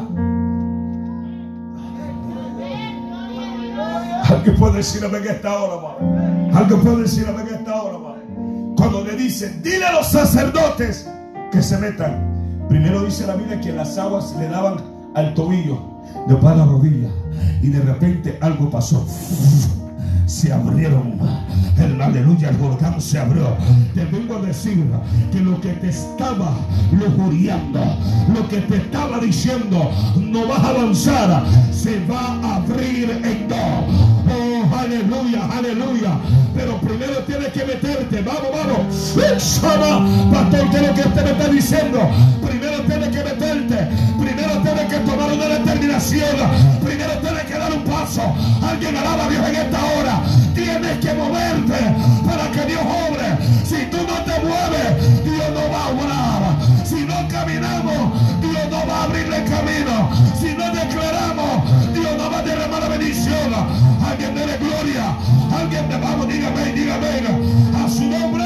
Alguien puede decir amén en esta hora, hermano. Alguien puede decir amén en esta hora, hermano. Cuando le dicen: dile a los sacerdotes que se metan. Primero dice la Biblia que las aguas le daban al tobillo, después a la rodilla, y de repente algo pasó. se abrieron. El aleluya, el Jordán se abrió. Te vengo a decir que lo que te estaba lujuriando, lo que te estaba diciendo no vas a avanzar, se va a abrir en dos. Oh, aleluya, aleluya. Pero primero tienes que meterte. Vamos, vamos. Pastor, ¿qué es lo que usted me está diciendo? Primero tienes que meterte. Primero tienes que tomar una determinación. Primero tienes que dar un paso. Alguien alaba a Dios en esta hora. Tienes que moverte para que Dios obre. Si tú no te mueves, Dios no va a obrar. Si no caminamos, Dios no va a abrirle camino. Si no declaramos, Dios no va a derramar la bendición. Alguien dele gloria. Alguien te vamos, dígame, dígame a su nombre.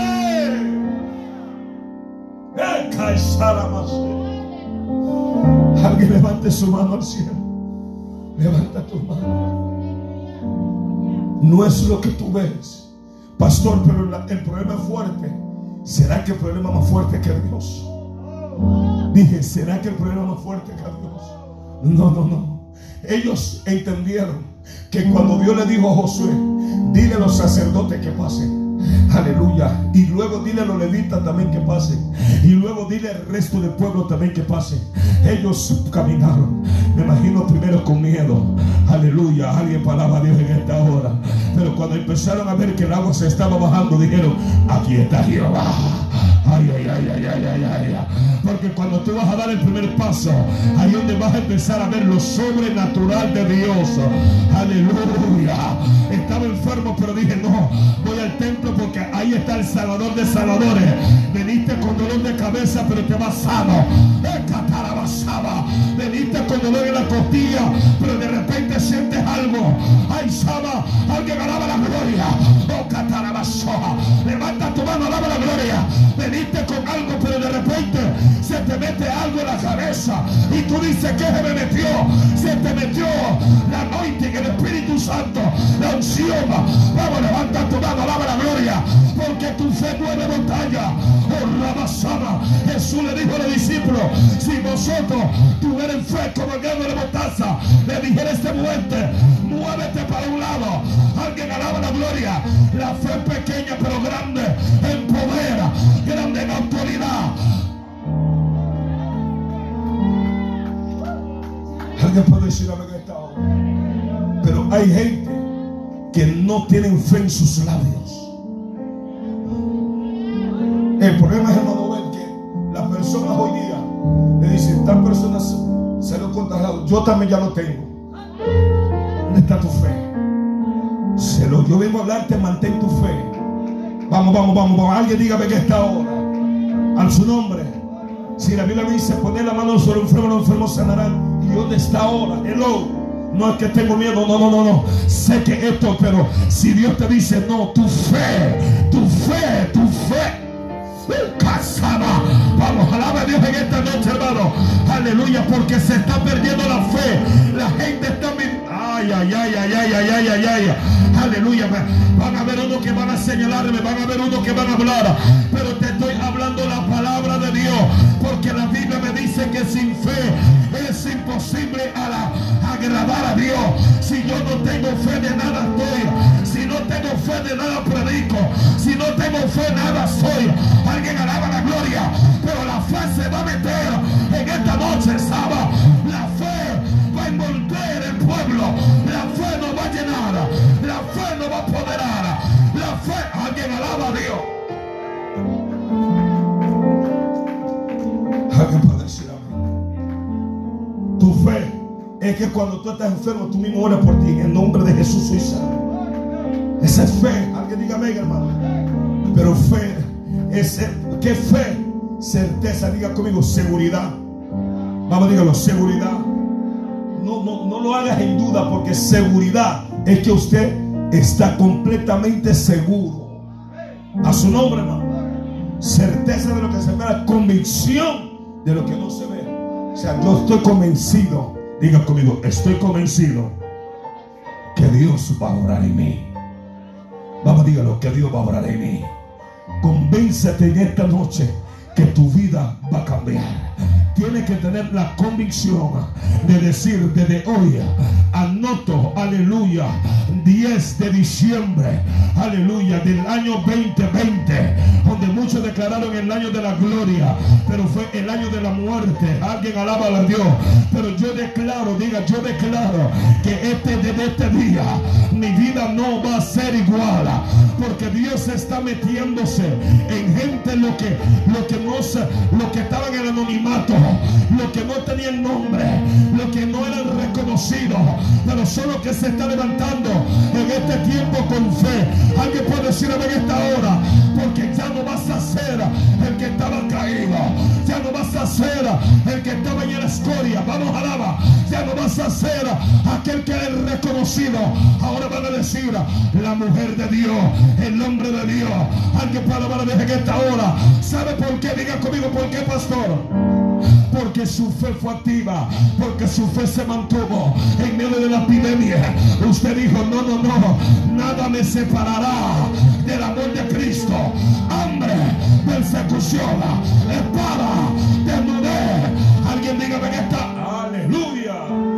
Alguien levante su mano al cielo. Levanta tu mano. No es lo que tú ves, pastor, pero la, el problema es fuerte. ¿Será que el problema es más fuerte que Dios? Dije, ¿será que el problema es más fuerte que Dios? No, no, no. Ellos entendieron que cuando Dios le dijo a Josué, dile a los sacerdotes que pasen. Aleluya. Y luego dile a los levitas también que pasen. Y luego dile al resto del pueblo también que pasen. Ellos caminaron, me imagino primero con miedo. Aleluya. Alguien palaba a Dios en esta hora. Pero cuando empezaron a ver que el agua se estaba bajando, dijeron, aquí está Jehová. Ay, ay, ay, ay, ay, ay, ay. Porque cuando tú vas a dar el primer paso, ahí es donde vas a empezar a ver lo sobrenatural de Dios. Aleluya. Estaba enfermo, pero dije, no, voy al templo porque ahí está el Salvador de salvadores. Veniste con dolor de cabeza, pero te vas sano. Veniste con dolor en la costilla, pero de repente sientes algo. Ay, Saba, alguien alaba la gloria. Oh, catarabasoa. Levanta tu mano, alaba la gloria. Veniste con algo, pero de repente se te mete algo en la cabeza y tú dices, ¿qué se me metió? Se te metió la anointing, el Espíritu Santo, la unción. Vamos, levanta tu mano, alaba la gloria, porque tu fe mueve montaña. Oh, Rabasama. Jesús le dijo a los discípulos, si vosotros tuvieran fe como el grano de mostaza, le dijera a este monte, muévete para un lado. Alguien alaba la gloria. La fe es pequeña pero grande en poder, grande en autoridad. Alguien puede decir a que está ahora. Pero hay gente que no tienen fe en sus labios. El problema es, hermano, ver que las personas hoy día le dicen, estas personas se lo contagiado, yo también ya lo tengo. ¿Dónde está tu fe? Se lo, yo vengo a hablarte, mantén tu fe. Vamos, vamos, vamos, vamos. Alguien dígame que está ahora. A su nombre. Si la Biblia dice, poner la mano sobre un enfermo, los enfermos sanarán. ¿Y dónde está ahora? Hello. No es que tengo miedo, no, no, no, no. Sé que esto, pero si Dios te dice, no, tu fe, tu fe, tu fe. Casaba. Vamos, alaba a Dios en esta noche, hermano. Aleluya, porque se está perdiendo la fe. La gente está mirando. Ay, ay, ay, ay, ay, ay, ay, ay, ay. Aleluya. Van a haber unos que van a señalarme, van a haber unos que van a hablar. Pero te estoy hablando la palabra de Dios. Porque la Biblia me dice que sin fe es imposible a la, agradar a Dios. Si yo no tengo fe, de nada estoy. Si no tengo fe, de nada predico. Si no tengo fe, nada soy. Alguien alaba la gloria. Pero la fe se va a meter en esta noche, ¿sabes? La fe va a envolver el pueblo. La fe no va a llenar. La fe no va a apoderar. La fe, alguien alaba a Dios. Alguien puede decir amén. Tu fe es que cuando tú estás enfermo, tú mismo oras por ti. En el nombre de Jesús soy sano. Esa es fe. Alguien diga amén, hermano. Pero fe es, ¿qué fe? Certeza, diga conmigo, seguridad. Vamos, dígalo, seguridad. No, no, no lo hagas en duda, porque seguridad es que usted está completamente seguro. A su nombre, hermano. Certeza de lo que se ve, convicción de lo que no se ve. O sea, yo estoy convencido, diga conmigo, estoy convencido que Dios va a obrar en mí. Vamos, dígalo, que Dios va a obrar en mí. Convéncete en esta noche que tu vida va a cambiar, tiene que tener la convicción de decir desde hoy, anoto, aleluya, diez de diciembre, aleluya, del año veinte veinte, donde muchos declararon el año de la gloria, pero fue el año de la muerte. Alguien alaba a Dios. Pero yo declaro, diga, yo declaro que este, desde este día mi vida no va a ser igual, porque Dios está metiéndose en gente lo que, lo que no se, lo que estaban en el anonimato, lo que no tenían nombre, lo que no eran reconocidos, pero solo que se está levantando en este tiempo con fe. Alguien puede decir en esta hora, porque ya no vas a ser el que estaba caído, ya no vas a ser el que estaba en la escoria, vamos, alaba, ya no vas a ser aquel que es reconocido. Ahora van a decir la mujer de Dios, el hombre de Dios. Alguien puede alabar a Dios en esta hora. ¿Sabe por qué? Diga conmigo, ¿por qué, pastor? Porque su fe fue activa, porque su fe se mantuvo en medio de la epidemia. Usted dijo, no, no, no, nada me separará del amor de Cristo. Hambre, persecución, espada, desnudez. Alguien dígame que está. Aleluya.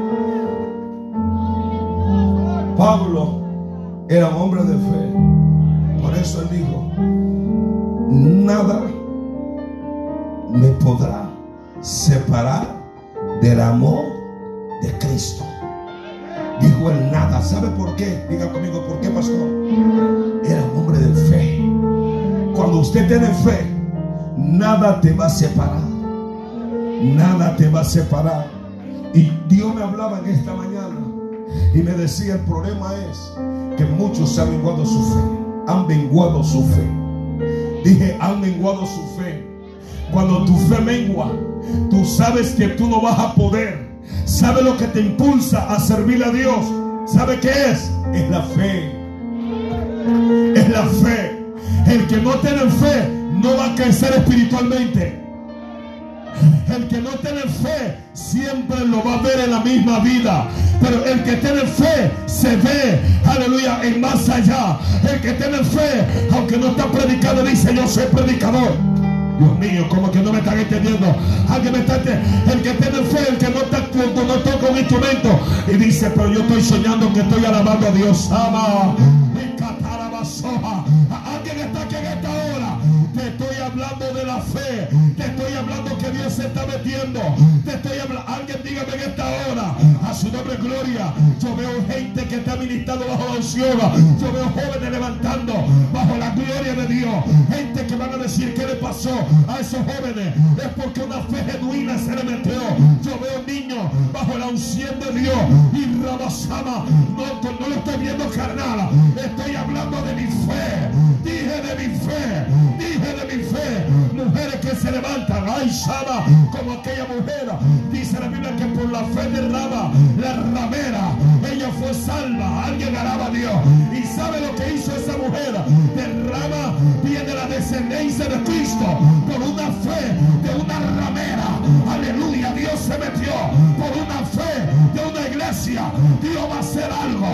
Pablo era un hombre de fe. Por eso él dijo, nada me podrá separar del amor de Cristo. Dijo él, nada. ¿Sabe por qué? Diga conmigo, ¿por qué, pastor? Era un hombre de fe. Cuando usted tiene fe, nada te va a separar. Nada te va a separar. Y Dios me hablaba en esta mañana y me decía, el problema es que muchos han menguado su fe. Han menguado su fe. Dije, han menguado su fe. Cuando tu fe mengua, tú sabes que tú no vas a poder. ¿Sabe lo que te impulsa a servirle a Dios? ¿Sabe qué es? Es la fe. Es la fe. El que no tiene fe no va a crecer espiritualmente. El que no tiene fe siempre lo va a ver en la misma vida. Pero el que tiene fe se ve, aleluya, en más allá. El que tiene fe, aunque no está predicando, dice, yo soy predicador. Dios mío, como que no me están entendiendo. Alguien me está entendiendo. El que tiene fe, el que no, está, no toca un instrumento y dice, pero yo estoy soñando que estoy alabando a Dios. Ama. Alguien está aquí en esta hora. Te estoy hablando de la fe. Te estoy hablando que Dios se está metiendo. Te estoy hablando. Alguien dígame en esta hora, a su nombre gloria. Yo veo gente que está ministrando bajo la unción. Yo veo jóvenes levantando bajo la gloria de Dios. Gente que van a decir, ¿qué le pasó a esos jóvenes? Es porque una fe genuina se le metió. Yo veo niños bajo la unción de Dios. Y Rabasama, no, no lo estoy viendo carnal. Estoy hablando de mi fe. Dije de mi fe. Dije de mi fe. Mujeres que se levantan, ay Shama, como aquella mujer. Dice la Biblia que por la fe de Raba, la ramera, ella fue salva. Alguien alaba a Dios. Y sabe lo que hizo esa mujer. De Raba viene la descendencia de Cristo por una fe de una ramera. Aleluya. Dios se metió por una fe de una iglesia. Dios va a hacer algo.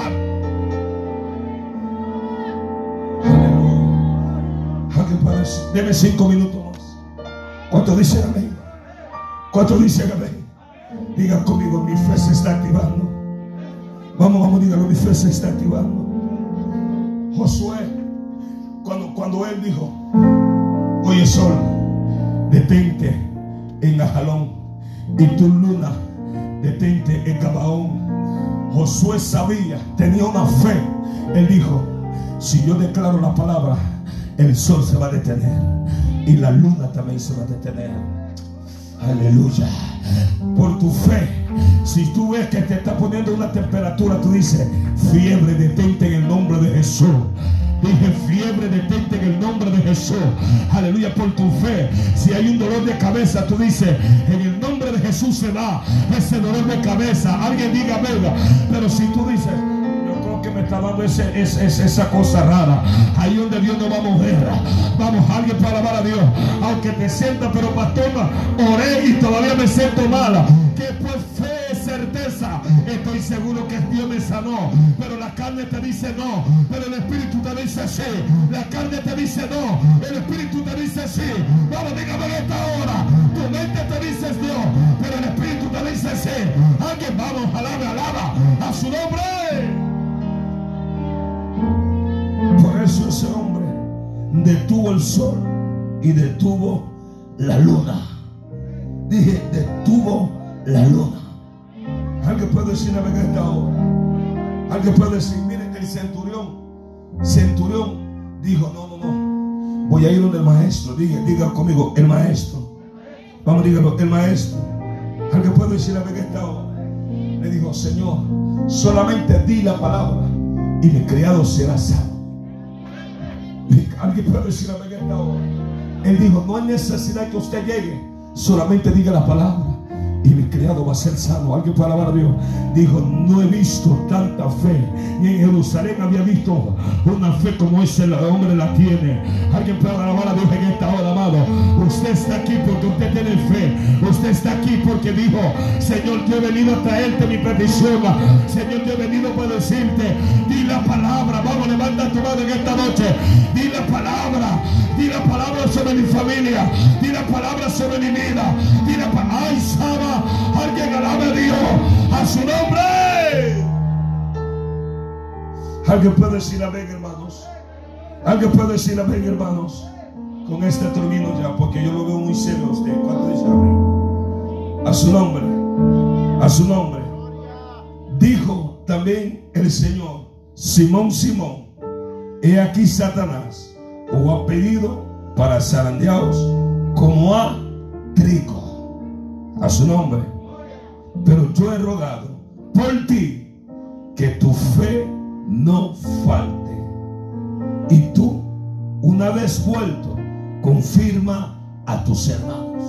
Deme cinco minutos más. ¿Cuántos dicen amén? ¿Cuántos dicen amén? Digan conmigo, mi fe se está activando. Vamos, vamos, díganlo, mi fe se está activando. Josué, cuando, cuando él dijo, oye sol, detente en Ajalón, y tu luna, detente en Gabaón. Josué sabía, tenía una fe. Él dijo, si yo declaro la palabra, el sol se va a detener y la luna también se va a detener. Aleluya. Por tu fe, si tú ves que te está poniendo una temperatura, tú dices, fiebre, detente en el nombre de Jesús. Dije, fiebre, detente en el nombre de Jesús. Aleluya, por tu fe. Si hay un dolor de cabeza, tú dices, en el nombre de Jesús se va ese dolor de cabeza. Alguien diga, venga. Pero si tú dices, que me está dando ese, ese, ese, esa cosa rara, ahí donde Dios no va a mover. Vamos, alguien para alabar a Dios. Aunque te sienta, pero pastor, oré y todavía me siento mala. Que pues fe es certeza Estoy seguro que Dios me sanó, pero la carne te dice no, pero el Espíritu te dice sí. La carne te dice no, el Espíritu te dice sí. Vamos, dígame en esta hora. Tu mente te dice no, pero el Espíritu te dice sí. Alguien, vamos, alaba, alaba a su nombre. Por eso ese hombre detuvo el sol y detuvo la luna. Dije, detuvo la luna. Alguien puede decir en esta hora. Alguien puede decir, miren, el centurión, centurión dijo, no, no, no, voy a ir donde el maestro. Diga, diga conmigo, el maestro. Vamos, dígalo, el maestro. Alguien puede decir en esta hora. Le dijo, Señor, solamente di la palabra y mi criado será sano. Alguien puede decir en esta hora. Él dijo, no hay necesidad que usted llegue, solamente diga la palabra y mi criado va a ser sano. Alguien puede alabar a Dios. Dijo, no he visto tanta fe, ni en Jerusalén había visto una fe como ese hombre la tiene. Alguien puede alabar a Dios en esta hora, amado. Usted está aquí porque usted tiene fe. Usted está aquí porque dijo, Señor, yo he venido a traerte mi petición. Señor, yo he venido para decirte, di la palabra. Vamos, levanta tu mano en esta noche. Di la palabra. Di la palabra sobre mi familia. Di la palabra sobre mi vida. Di la palabra. Ay, Saba. Alguien alabe a Dios a su nombre. Alguien puede decir amén, hermanos. Alguien puede decir amén, hermanos. Con este termino ya, porque yo lo veo muy serio a usted. ¿Cuánto dice amén? A su nombre. A su nombre. Dijo también el Señor, Simón, Simón, he aquí Satanás os ha pedido para zarandearos como a trigo. A su nombre. Pero yo he rogado por ti que tu fe no falte. Y tú, una vez vuelto, confirma a tus hermanos.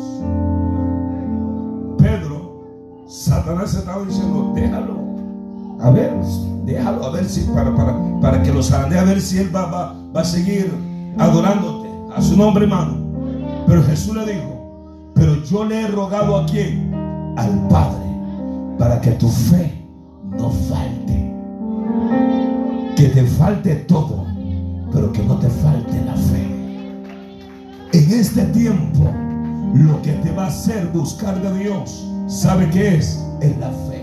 Pedro, Satanás estaba diciendo, déjalo, a ver, déjalo, a ver si, para, para, para que lo zarandee, a ver si él va, va, va a seguir adorándote. A su nombre, hermano. Pero Jesús le dijo, pero yo le he rogado a quién, al Padre, para que tu fe no falte. Que te falte todo, pero que no te falte la fe. En este tiempo, lo que te va a hacer buscar de Dios, ¿sabe qué es? Es la fe.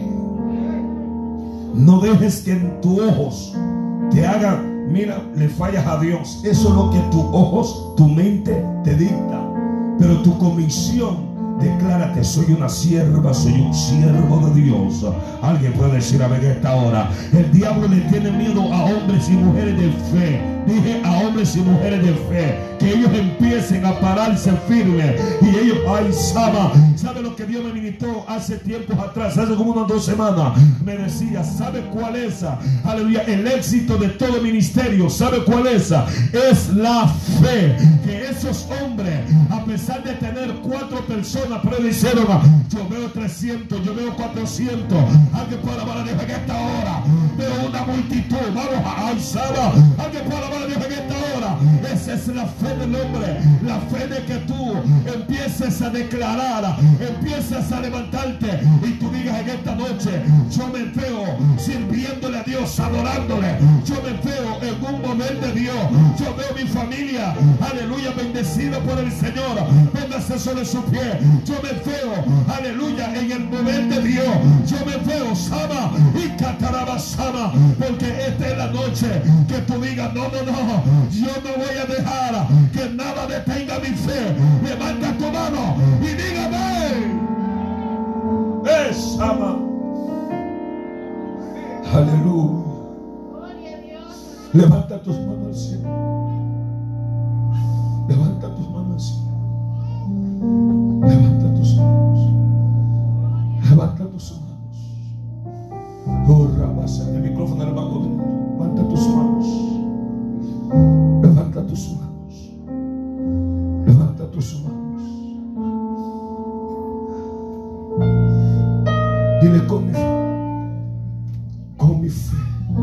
No dejes que en tus ojos te hagan, mira, le fallas a Dios. Eso es lo que tus ojos, tu mente te dicta. Pero tu convicción, declárate, soy una sierva, soy un siervo de Dios. Alguien puede decir a ver esta hora. El diablo le tiene miedo a hombres y mujeres de fe. Dije a hombres y mujeres de fe, que ellos empiecen a pararse firme. Y ellos, ay, Saba, ¿sabe lo que Dios me ministró hace tiempos atrás? Hace como unas dos semanas. Me decía, ¿sabe cuál es? Aleluya, el éxito de todo ministerio. ¿Sabe cuál es? Es la fe. Que esos hombres, a pesar de tener cuatro personas, pero dijeron, yo veo trescientos, yo veo cuatrocientos. Alguien puede alabar a Dios en esta hora. Veo una multitud. Vamos a ay, Saba. Alguien puede alabar a Dios en esta hora. Esa es la fe del hombre. La fe de que tú empieces a declarar, empieces a levantarte y tú digas en esta noche, yo me veo sirviéndole a Dios, adorándole. Yo me veo en un mover de Dios. Yo veo mi familia, aleluya, bendecida por el Señor. Póngase sobre su pie. Yo me veo, aleluya, en el mover de Dios. Yo me veo, Sama y Cataraba Sama, porque esta es la noche que tú digas, no, no, no, yo no voy a dejar que nada detenga mi fe. Levanta tu mano y dígame, es Sama. Aleluya. Levanta tus manos al cielo. Levanta tus manos al cielo. Levanta tus manos. Levanta tus manos. Oh, Rabasa, el micrófono le va a poner. Levanta tus manos. Levanta tus manos. Levanta tus manos. Dile con mi fe. Con mi fe.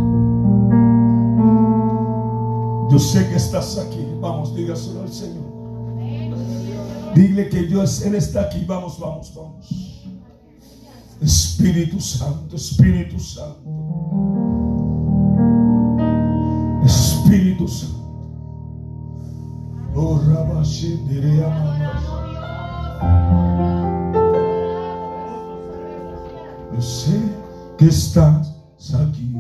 Yo sé que estás aquí. Vamos, dígaselo al Señor. Dile que Dios, Él está aquí. Vamos, vamos, vamos. Espíritu Santo, Espíritu Santo, Espíritu Santo. Oh, Rabashenderea Mamas. Yo sé que estás aquí.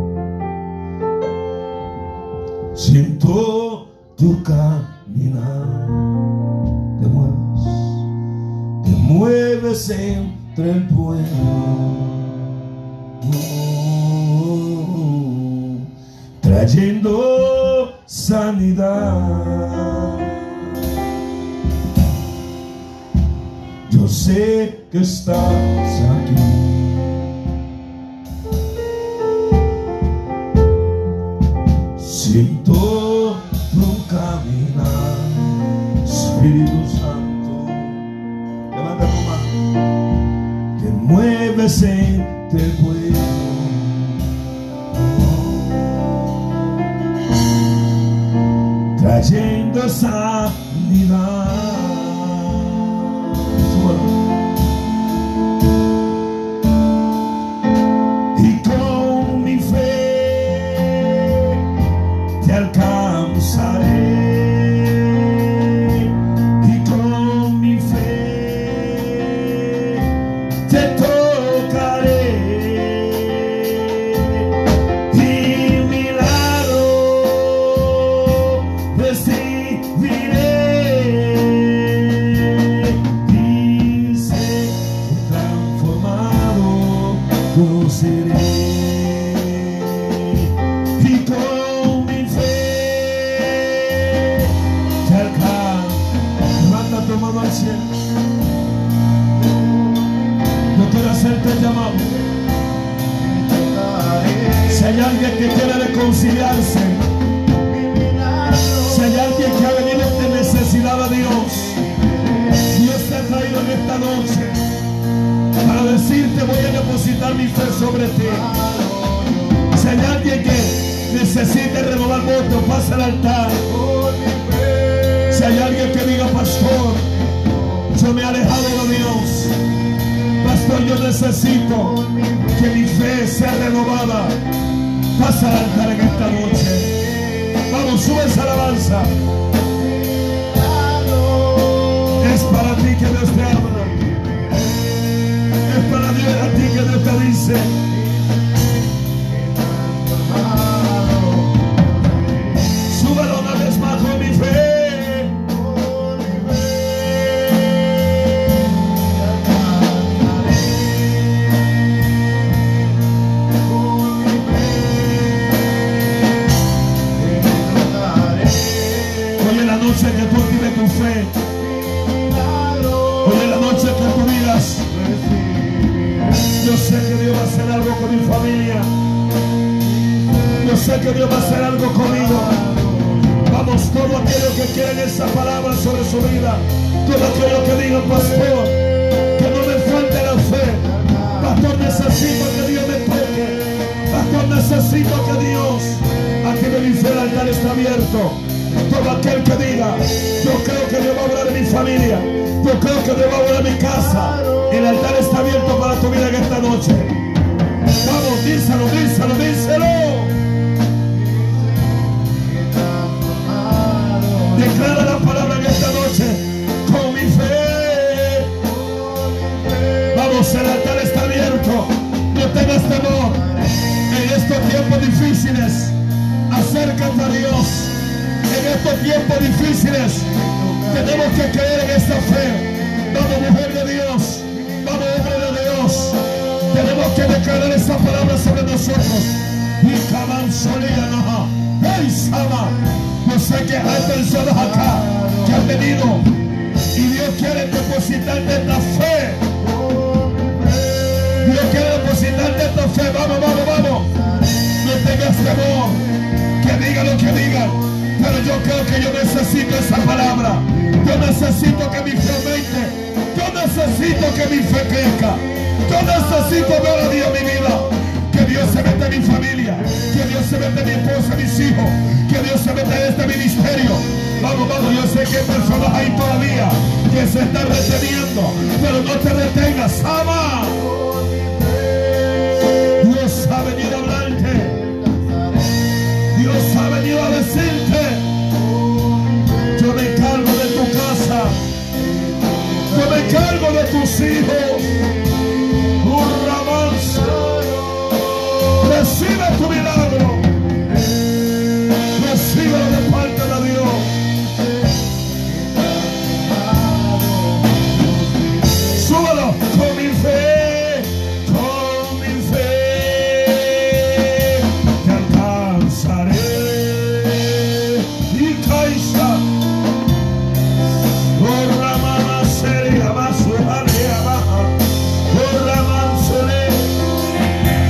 Siento tu caminar. Te mueves, te mueves entre el pueblo, oh, trayendo sanidad. Yo sé que estás aquí. Siento tu caminar, Espíritu Santo. Levanta tu mano. Te mueves entre el pueblo, trayendo sanidad. Y con mi fe te alcanzaré. Y con mi fe te tocaré. Y milagro recibiré. Dice transformado yo seré. Y con mi fe te alcanzo. Levanta tu mano al cielo. Yo quiero hacerte el llamado. Si hay alguien que quiere reconciliarse, si hay alguien que ha venido de necesidad a Dios, Dios te ha traído en esta noche para decirte: voy a depositar mi fe sobre ti. Si hay alguien que necesite renovar votos, pasa al altar. Si hay alguien que diga: pastor, yo me he alejado de Dios, pastor, yo necesito que mi fe sea renovada, pasa al altar en esta noche. Vamos, sube esa alabanza. Es para ti que Dios te habla. Es para Dios, a ti que Dios te dice: súbelo una vez más con mi fe. Hoy es la noche que tú actives tu fe. Hoy es la noche que tú digas: yo sé que Dios va a hacer algo con mi familia. Yo sé que Dios va a hacer algo conmigo. Vamos, todos aquellos que quieren esa palabra sobre su vida, todos aquellos que digan: pastor, que no me falte la fe. Pastor, necesito que Dios me toque. Pastor, necesito que Dios active mi fe. El altar está abierto. Todo aquel que diga: yo creo que Dios va a obrar en mi familia, yo creo que Dios va a obrar en mi casa, el altar está abierto para tu vida en esta noche. Vamos, díselo, díselo, díselo. Declara la palabra en esta noche: con mi fe. Vamos, el altar está abierto. No tengas temor. En estos tiempos difíciles, acércate a Dios. En estos tiempos difíciles tenemos que creer en esta fe. Vamos, mujer de Dios, vamos, hombre de Dios, tenemos que declarar esa palabra sobre nosotros. Y Kaman Solía, hey Sama, yo sé que hay personas acá que han venido y Dios quiere depositarte esta fe. Dios quiere depositarte esta fe. Vamos, vamos, vamos. No tengas temor, que diga lo que digan. Pero yo creo que yo necesito esa palabra. Yo necesito que mi fe aumente. Yo necesito que mi fe crezca. Yo necesito ver a Dios en mi vida. Que Dios se meta en mi familia. Que Dios se meta en mi esposa, en mis hijos. Que Dios se meta en este ministerio. Vamos, vamos, yo sé que hay personas ahí todavía que se están reteniendo. Pero no te retengas. ¡Ama!